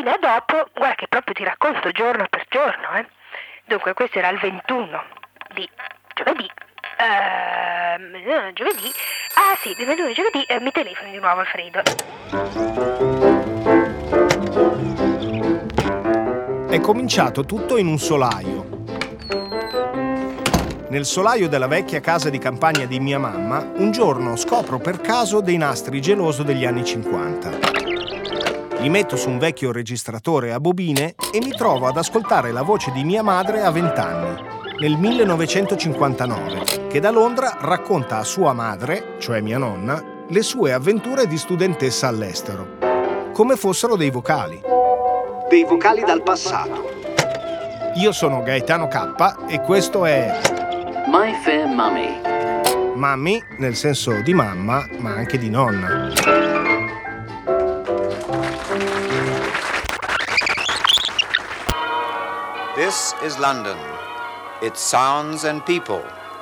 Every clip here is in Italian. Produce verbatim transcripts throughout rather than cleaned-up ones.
mattina dopo, guarda che proprio ti racconto giorno per giorno, eh. Dunque, questo era il ventuno di giovedì. Uh, giovedì. Ah sì, il ventuno di giovedì, eh, mi telefoni di nuovo Alfredo. È cominciato tutto in un solaio. Nel solaio della vecchia casa di campagna di mia mamma, un giorno scopro per caso dei nastri geloso degli anni cinquanta. Li metto su un vecchio registratore a bobine e mi trovo ad ascoltare la voce di mia madre a vent'anni, nel millenovecentocinquantanove, che da Londra racconta a sua madre, cioè mia nonna, le sue avventure di studentessa all'estero, come fossero dei vocali. Dei vocali dal passato. Io sono Gaetano K e questo è My Fair Mummy. Mummy nel senso di mamma, ma anche di nonna. This is London. Its sounds and people.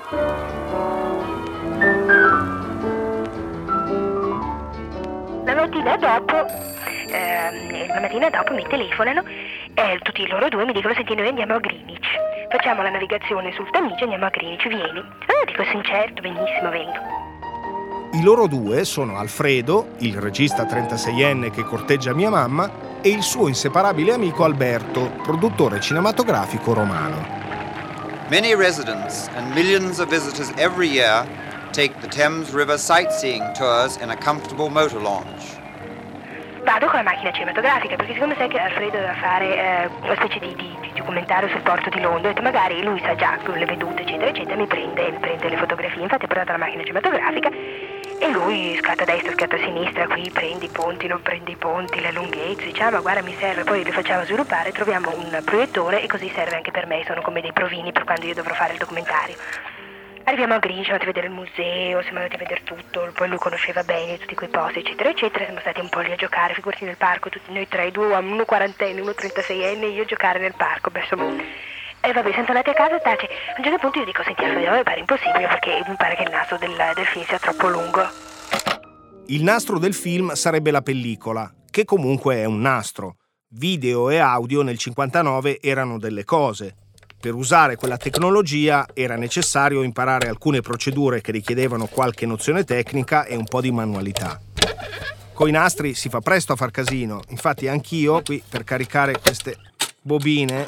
La mattina dopo, ehm, la mattina dopo mi telefonano e tutti loro due mi dicono: senti, noi andiamo a Greenwich, facciamo la navigazione sul Tamigi, andiamo a Greenwich, vieni? Allora dico: sì, certo, benissimo, vengo. I loro due sono Alfredo, il regista trentaseienne che corteggia mia mamma, e il suo inseparabile amico Alberto, produttore cinematografico romano. Many residents and millions of visitors every year take the Thames River sightseeing tours in a comfortable motor launch. Vado con la macchina cinematografica perché siccome sai che Alfredo doveva fare eh, una specie di, di, di documentario sul porto di Londra, ho detto magari lui sa già le vedute eccetera eccetera, mi prende, mi prende le fotografie. Infatti ho portato la macchina cinematografica e lui scatta a destra, scatta a sinistra, qui prendi i ponti, non prendi i ponti, le lunghezze, diciamo guarda mi serve, poi li facciamo sviluppare, troviamo un proiettore e così serve anche per me, sono come dei provini per quando io dovrò fare il documentario. Arriviamo a Greenwich, siamo andati a vedere il museo, siamo andati a vedere tutto, poi lui conosceva bene tutti quei posti, eccetera, eccetera, siamo stati un po' lì a giocare, figurati nel parco, tutti noi tre, due uomini, uno quarantenne, uno trentaseienne, io a giocare nel parco, beh insomma. E vabbè, siamo tornati a casa, taci. A un certo punto io dico: senti Alfredo, mi pare impossibile perché mi pare che il nastro del, del film sia troppo lungo. Il nastro del film sarebbe la pellicola, che comunque è un nastro. Video e audio nel cinquantanove erano delle cose. Per usare quella tecnologia era necessario imparare alcune procedure che richiedevano qualche nozione tecnica e un po' di manualità. Coi nastri si fa presto a far casino, infatti anch'io qui per caricare queste bobine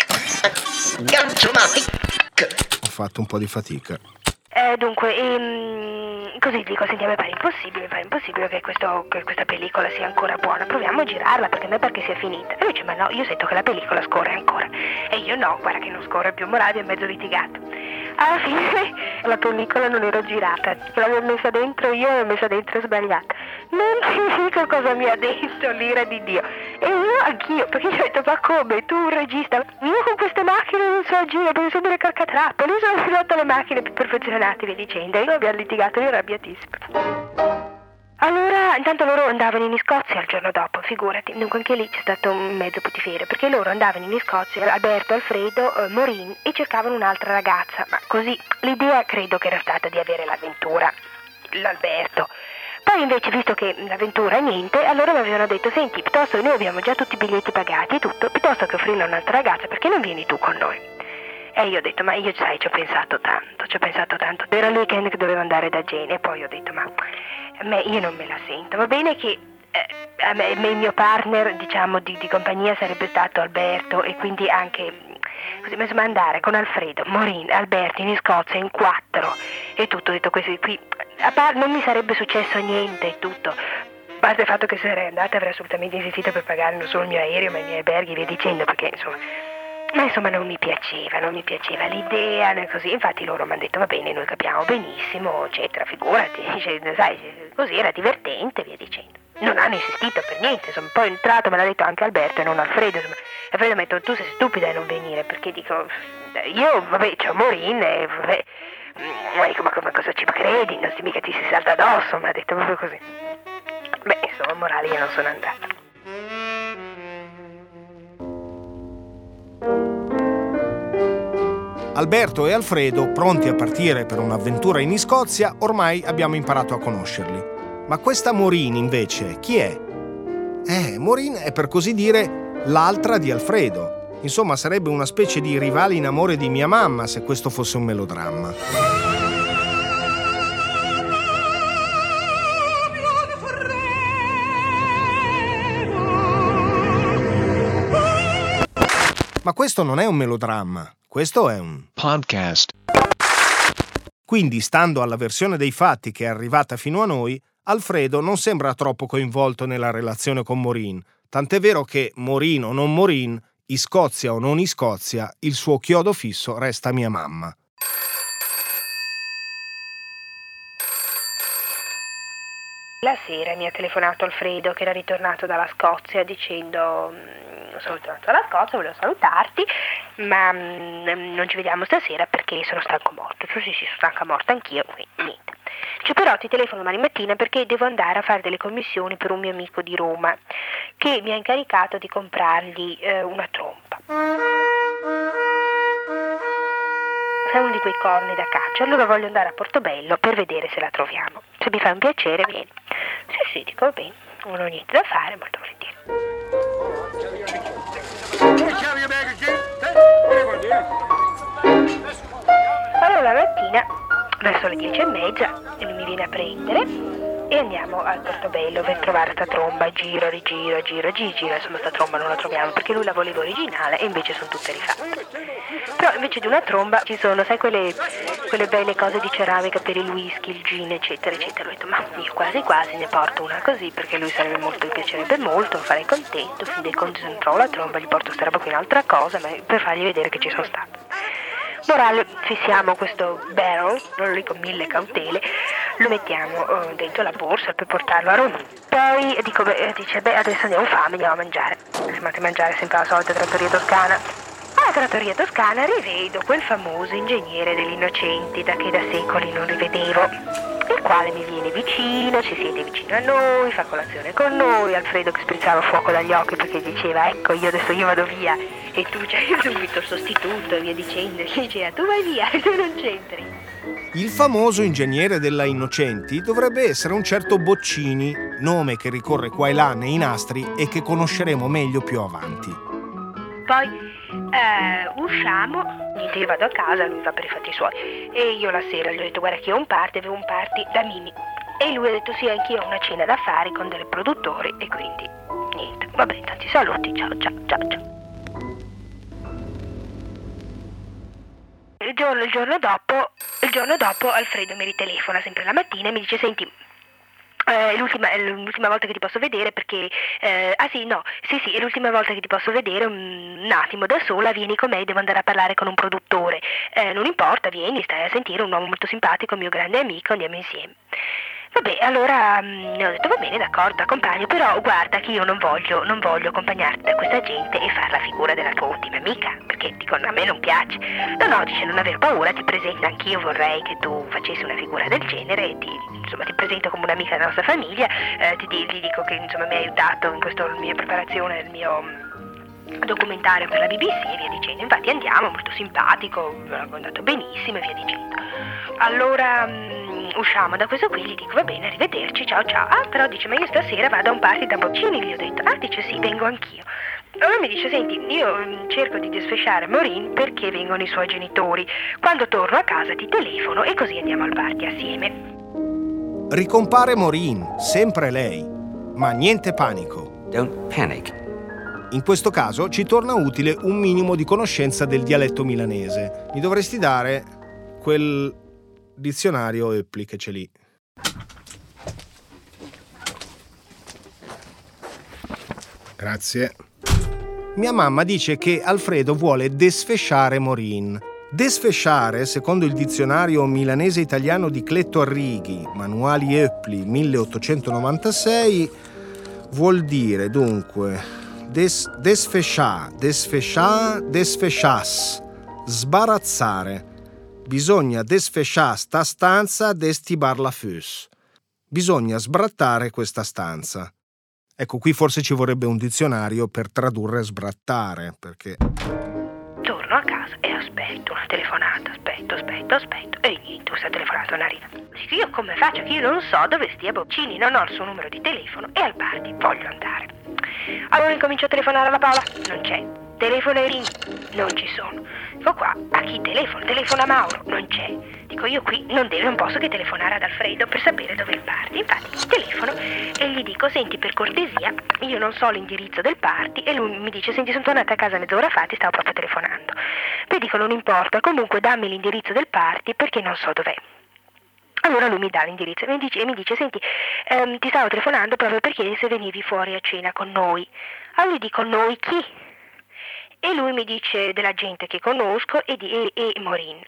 ho fatto un po' di fatica. Eh, dunque, ehm, così dico: senti, a me pare impossibile, mi pare impossibile che, questo, che questa pellicola sia ancora buona, proviamo a girarla perché a me pare che sia finita. E lui dice: ma no, io sento che la pellicola scorre ancora. E io no, guarda che non scorre più, Moradio è mezzo litigato. Alla fine la pellicola non era girata, l'avevo messa dentro io e l'ho messa dentro sbagliata. Non ti dico cosa mi ha detto, l'ira di Dio. E io anch'io, perché gli ho detto: ma come, tu un regista? Io con queste macchine non so agire, perché sono delle carcatrappole, io sono pilota le macchine più perfezionate, via dicendo. E noi abbiamo litigato, io arrabbiatissimo. Allora, intanto loro andavano in Scozia il giorno dopo, figurati. Dunque anche lì c'è stato un mezzo putiferio, perché loro andavano in Scozia, Alberto, Alfredo, eh, Maureen, e cercavano un'altra ragazza. Ma così, l'idea credo che era stata di avere l'avventura, l'Alberto. Poi invece, visto che l'avventura è niente, allora mi avevano detto: senti, piuttosto noi abbiamo già tutti i biglietti pagati e tutto, piuttosto che offrirla a un'altra ragazza, perché non vieni tu con noi? E io ho detto: ma io sai, ci ho pensato tanto, ci ho pensato tanto. Era il weekend che dovevo andare da Gene e poi ho detto: ma a me, io non me la sento. Va bene che eh, a me, il mio partner, diciamo, di, di compagnia sarebbe stato Alberto e quindi anche, così, ma insomma andare con Alfredo, Maureen, Alberto in Scozia in quattro e tutto, ho detto questi qui, a par- non mi sarebbe successo niente e tutto. A parte il fatto che se sarei andata avrei assolutamente insistito per pagare non solo il mio aereo ma i miei alberghi, via dicendo, perché insomma... Ma insomma non mi piaceva, non mi piaceva l'idea, né così. Infatti loro mi hanno detto: va bene, noi capiamo benissimo, eccetera, figurati, sai, così era divertente, via dicendo. Non hanno insistito per niente, insomma, poi è entrato, me l'ha detto anche Alberto e non Alfredo, insomma. Alfredo mi ha detto: tu sei stupida di non venire, perché dico, io, vabbè, c'ho Maureen e, vabbè, ma dico, ma come cosa ci credi? Non si mica ti si salta addosso, mi ha detto proprio così. Beh, insomma, morale, io non sono andata. Alberto e Alfredo, pronti a partire per un'avventura in Scozia, ormai abbiamo imparato a conoscerli. Ma questa Maureen, invece, chi è? Eh, Maureen è per così dire l'altra di Alfredo. Insomma, sarebbe una specie di rivale in amore di mia mamma se questo fosse un melodramma. Ma questo non è un melodramma, questo è un podcast. Quindi, stando alla versione dei fatti che è arrivata fino a noi, Alfredo non sembra troppo coinvolto nella relazione con Maureen, tant'è vero che, Maureen o non Maureen, in Scozia o non in Scozia, il suo chiodo fisso resta mia mamma. La sera mi ha telefonato Alfredo, che era ritornato dalla Scozia, dicendo: sono ritornato dalla Scozia, volevo salutarti, ma mh, non ci vediamo stasera perché sono stanco morto. Cioè, sì, sì, sono stanca morta anch'io, quindi niente. Dice, però ti telefono domani mattina perché devo andare a fare delle commissioni per un mio amico di Roma che mi ha incaricato di comprargli eh, una tromba. È uno di quei corni da caccia, allora voglio andare a Portobello per vedere se la troviamo. Se mi fa un piacere, vieni. Sì, sì, dico, va bene, non ho niente da fare, molto volentieri. Allora la mattina, verso le dieci e mezza, lui mi viene a prendere e andiamo al Portobello per trovare sta tromba. Giro, rigiro, giro, giro, giro, insomma sta tromba non la troviamo perché lui la voleva originale e invece sono tutte rifatte. Però invece di una tromba ci sono, sai, quelle, quelle belle cose di ceramica per il whisky, il gin, eccetera, eccetera. Ho detto, ma io quasi quasi ne porto una così perché lui sarebbe molto, gli piacerebbe molto, lo farei contento. Fin dei conti, se non trovo la tromba gli porto sta roba qui, un'altra cosa, ma per fargli vedere che ci sono stato. Morale, fissiamo questo barrel, non lì con mille cautele, lo mettiamo uh, dentro la borsa per portarlo a Roma. Poi dico, beh, dice, beh, adesso andiamo fame, andiamo a mangiare. Siamo andati a mangiare sempre alla solita trattoria toscana. Alla trattoria toscana rivedo quel famoso ingegnere degli Innocenti da che da secoli non rivedevo, il quale mi viene vicino, ci siede vicino a noi, fa colazione con noi. Alfredo che sprizzava fuoco dagli occhi perché diceva, ecco, io adesso io vado via e tu c'hai subito il sostituto e via dicendo. Gli diceva, tu vai via e tu non c'entri. Il famoso ingegnere della Innocenti dovrebbe essere un certo Boccini, nome che ricorre qua e là nei nastri e che conosceremo meglio più avanti. Poi eh, usciamo, niente, io vado a casa, lui va per i fatti suoi e io la sera gli ho detto, guarda che ho un party, avevo un party da Mimi e lui ha detto sì, anch'io ho una cena da fare con delle produttori e quindi niente, vabbè, tanti saluti, ciao ciao ciao ciao. Il giorno, il giorno dopo, il giorno dopo Alfredo mi ritelefona sempre la mattina e mi dice, senti, Eh, l'ultima, è l'ultima volta che ti posso vedere perché eh, ah sì no sì sì è l'ultima volta che ti posso vedere un, un attimo da sola, vieni con me, devo andare a parlare con un produttore. Eh, non importa, vieni, stai a sentire un uomo molto simpatico, un mio grande amico, andiamo insieme. Vabbè, allora mh, ho detto va bene, d'accordo, accompagno, però guarda che io non voglio, non voglio accompagnarti da questa gente e far la figura della tua ultima amica, perché dico, a me non piace. No, no, dice, non aver paura, ti presento, anch'io vorrei che tu facessi una figura del genere, ti, insomma, ti presento come un'amica della nostra famiglia, eh, ti, ti dico che insomma mi hai aiutato in questa mia preparazione del mio documentario per la B B C e via dicendo. Infatti andiamo, molto simpatico, mi ha raccontato benissimo e via dicendo. Allora um, usciamo da questo qui, gli dico va bene, arrivederci, ciao ciao. Ah, però dice, ma io stasera vado a un party da Boccini, gli ho detto. Ah, dice sì, vengo anch'io. Allora mi dice, senti, io um, cerco di disfesciare Maureen perché vengono i suoi genitori. Quando torno a casa ti telefono e così andiamo al party assieme. Ricompare Maureen, sempre lei, ma niente panico. Don't panic. In questo caso ci torna utile un minimo di conoscenza del dialetto milanese. Mi dovresti dare quel dizionario Eppli che c'è lì. Grazie. Mia mamma dice che Alfredo vuole desfesciare Maureen. Desfesciare, secondo il dizionario milanese italiano di Cletto Arrighi, Manuali Eppli milleottocentonovantasei, vuol dire dunque des, desfescià, desfescià, desfescias, sbarazzare. Bisogna desfescià sta stanza, destibar la fus. Bisogna sbrattare questa stanza. Ecco, qui forse ci vorrebbe un dizionario per tradurre sbrattare, perché Torno a casa e aspetto una telefonata, aspetto, aspetto, aspetto e niente, questa telefonata non arriva. Dico, io come faccio? Che io non so dove stia Boccini, non ho il suo numero di telefono e al party voglio andare. Allora incomincio a telefonare alla Paola, non c'è. Telefono ai Rini, non ci sono. Dico qua, a chi telefono? Telefono a Mauro, non c'è. Dico io qui non devo, non posso che telefonare ad Alfredo per sapere dove è il party. Infatti telefono e gli dico, senti per cortesia, io non so l'indirizzo del party, e lui mi dice, senti sono tornata a casa mezz'ora fa, ti stavo proprio telefonando. Poi dico non importa, comunque dammi l'indirizzo del party perché non so dov'è. Allora lui mi dà l'indirizzo e mi dice, e mi dice senti, ehm, ti stavo telefonando proprio per chiedere se venivi fuori a cena con noi. Allora gli dico, noi chi? E lui mi dice della gente che conosco e, di, e, e Morin.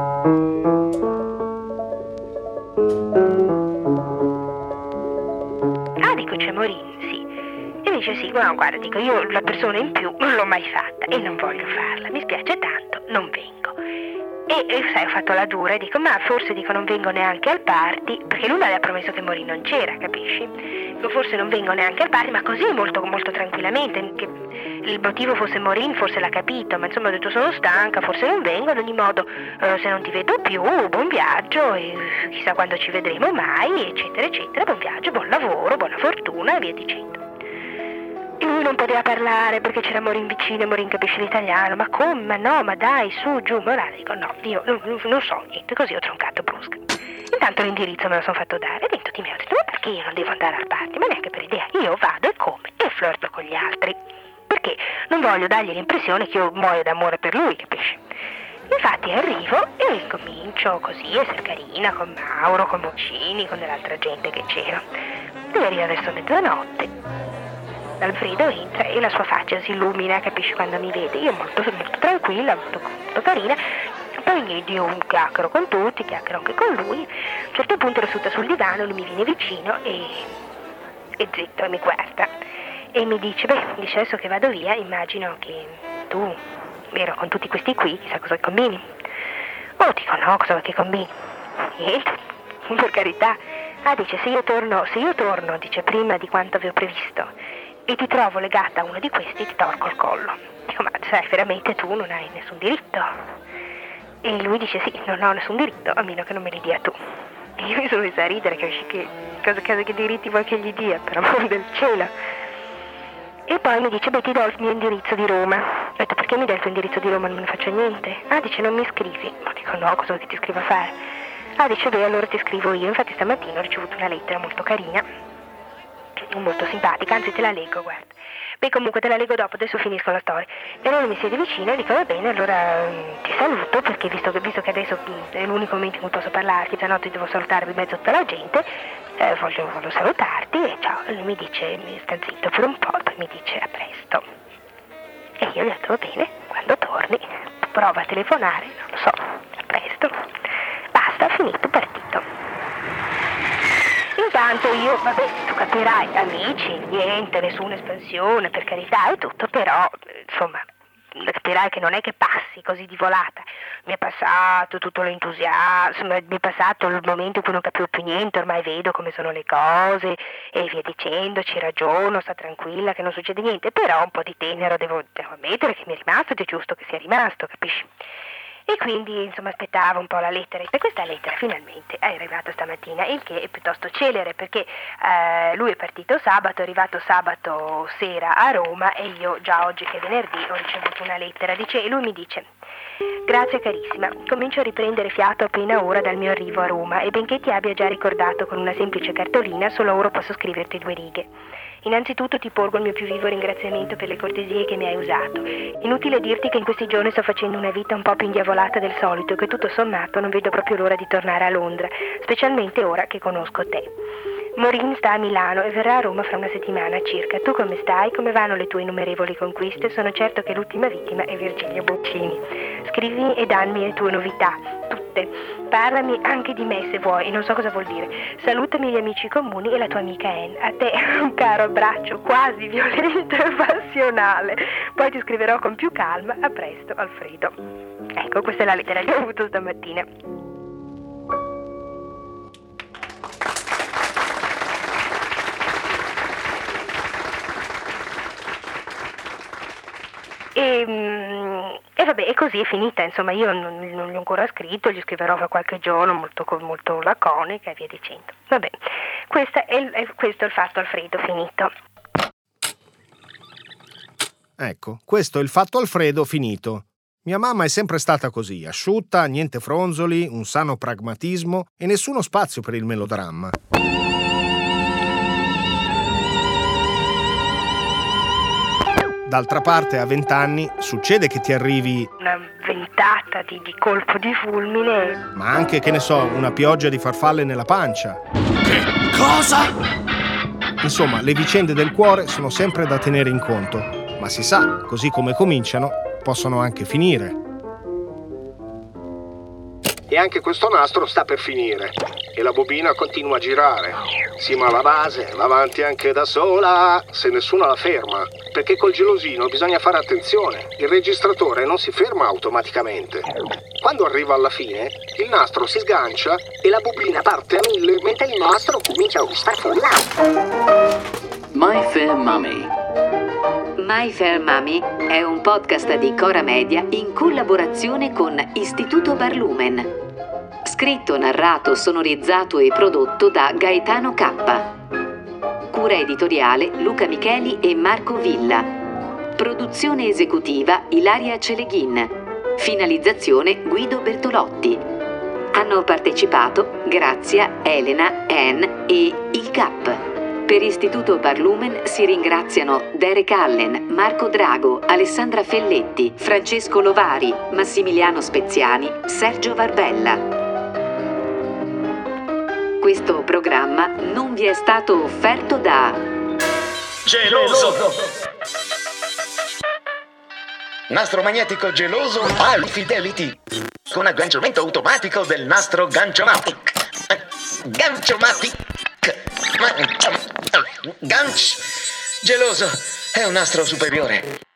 Ah, dico, c'è Morin, sì. E mi dice, sì, guarda, guarda, dico, io la persona in più non l'ho mai fatta e non voglio farla. Mi spiace tanto, non vengo. E, e sai, ho fatto la dura e dico, ma forse dico non vengo neanche al party, perché lui mi aveva promesso che Morin non c'era, capisci? Dico, forse non vengo neanche al party, ma così molto, molto tranquillamente, che il motivo fosse Morin, forse l'ha capito, ma insomma ho detto sono stanca, forse non vengo, ad ogni modo eh, se non ti vedo più, buon viaggio, e chissà quando ci vedremo mai, eccetera, eccetera, buon viaggio, buon lavoro, buona fortuna e via dicendo. E lui non poteva parlare perché c'era Morin vicino e Morin capisce l'italiano, ma come, ma no, ma dai, su, giù, ma là, dico no, io non, non so niente, così ho troncato brusca. Intanto l'indirizzo me lo sono fatto dare e dentro di me ho detto, ma perché io non devo andare al party? Ma neanche per idea, io vado e come e flirto con gli altri, perché non voglio dargli l'impressione che io muoio d'amore per lui, capisci? Infatti arrivo e comincio così a essere carina con Mauro, con Boccini, con dell'altra gente che c'era. E arriva verso mezzanotte. Alfredo entra e la sua faccia si illumina, capisci, quando mi vede. Io molto, molto tranquilla, molto, molto carina. Poi io un chiacchiero con tutti, chiacchiero anche con lui. A un certo punto ero seduta sul divano, lui mi viene vicino e, e zitto e mi guarda. E mi dice, beh, dice adesso che vado via, immagino che tu, ero con tutti questi qui, chissà cosa combini. Oh, dico no, cosa che combini? Niente, per carità. Ah, dice, se io torno, se io torno, dice, prima di quanto avevo previsto, e ti trovo legata a uno di questi, ti torco il collo. Dico, ma sai, veramente tu non hai nessun diritto? E lui dice, sì, non ho nessun diritto, a meno che non me li dia tu. E io mi sono messa a ridere, capisci, che cosa, cosa che diritti vuoi che gli dia, per amor del cielo. E poi mi dice, beh, ti do il mio indirizzo di Roma. Ho detto, perché mi dai il tuo indirizzo di Roma, non me ne faccio niente? Ah, dice, non mi scrivi. Ma dico, no, cosa vuoi che ti scriva a fare? Ah, dice, beh, allora ti scrivo io. Infatti stamattina ho ricevuto una lettera molto carina, molto simpatica, anzi te la leggo, guarda. Beh, comunque te la leggo dopo, adesso finisco la storia. E allora mi siede vicino e dico, va bene, allora mh, ti saluto, perché visto che, visto che adesso mh, è l'unico momento in cui posso parlarti, se no ti devo salutare in mezzo a tutta la gente, eh, voglio, voglio salutarti e ciao. E lui mi dice, mi sta zitto per un po', poi mi dice a presto. E io gli ho detto, va bene, quando torni, prova a telefonare, non lo so, a presto. Basta, finito, partito. Intanto io, vabbè, tu capirai, amici, niente, nessuna espansione, per carità e tutto, però, insomma, capirai che non è che passi così di volata. Mi è passato tutto l'entusiasmo, mi è passato il momento in cui non capivo più niente, ormai vedo come sono le cose e via dicendo, ci ragiono, sta tranquilla che non succede niente, però un po' di tenero devo, devo ammettere che mi è rimasto ed è giusto che sia rimasto, capisci? E quindi, insomma, aspettavo un po' la lettera. E questa lettera finalmente è arrivata stamattina, il che è piuttosto celere, perché eh, lui è partito sabato, è arrivato sabato sera a Roma e io già oggi che è venerdì ho ricevuto una lettera. Dice, e lui mi dice: grazie carissima, comincio a riprendere fiato appena ora dal mio arrivo a Roma e benché ti abbia già ricordato con una semplice cartolina, solo ora posso scriverti due righe. Innanzitutto ti porgo il mio più vivo ringraziamento per le cortesie che mi hai usato. Inutile dirti che in questi giorni sto facendo una vita un po' più indiavolata del solito e che tutto sommato non vedo proprio l'ora di tornare a Londra, specialmente ora che conosco te. Morin sta a Milano e verrà a Roma fra una settimana circa. Tu come stai? Come vanno le tue innumerevoli conquiste? Sono certo che l'ultima vittima è Virgilio Boccini. Scrivi e dammi le tue novità, tutte. Parlami anche di me se vuoi, non so cosa vuol dire. Salutami gli amici comuni e la tua amica Anne. A te un caro abbraccio quasi violento e passionale. Poi ti scriverò con più calma. A presto, Alfredo. Ecco, questa è la lettera che ho avuto stamattina. E, E vabbè, e così è finita, insomma, io non, non gli ho ancora scritto, gli scriverò fra qualche giorno, molto, molto laconica e via dicendo. Vabbè, questo è, il, è, questo è il fatto Alfredo, finito. Ecco, questo è il fatto Alfredo, finito. Mia mamma è sempre stata così, asciutta, niente fronzoli, un sano pragmatismo e nessuno spazio per il melodramma. D'altra parte, a vent'anni, succede che ti arrivi una ventata di, di colpo di fulmine. Ma anche, che ne so, una pioggia di farfalle nella pancia. Che cosa? Insomma, le vicende del cuore sono sempre da tenere in conto, ma si sa, così come cominciano, possono anche finire. E anche questo nastro sta per finire e la bobina continua a girare. Sì, ma la base va avanti anche da sola se nessuno la ferma, perché col gelosino bisogna fare attenzione. Il registratore non si ferma automaticamente. Quando arriva alla fine, il nastro si sgancia e la bobina parte a mille mentre il nastro comincia a sparfollare. My Fair Mummy. My Fair Mummy è un podcast di Cora Media in collaborazione con Istituto Barlumen. Scritto, narrato, sonorizzato e prodotto da Gaetano K. Cura editoriale Luca Micheli e Marco Villa. Produzione esecutiva Ilaria Celeghin. Finalizzazione Guido Bertolotti. Hanno partecipato Grazia, Elena, Anne e il Cap. Per Istituto Barlumen si ringraziano Derek Allen, Marco Drago, Alessandra Felletti, Francesco Lovari, Massimiliano Speziani, Sergio Varbella. Questo programma non vi è stato offerto da Geloso! Nastro magnetico geloso High Fidelity con agganciamento automatico del nastro Ganchomatic. Ganchomatic. Ganch geloso è un nastro superiore.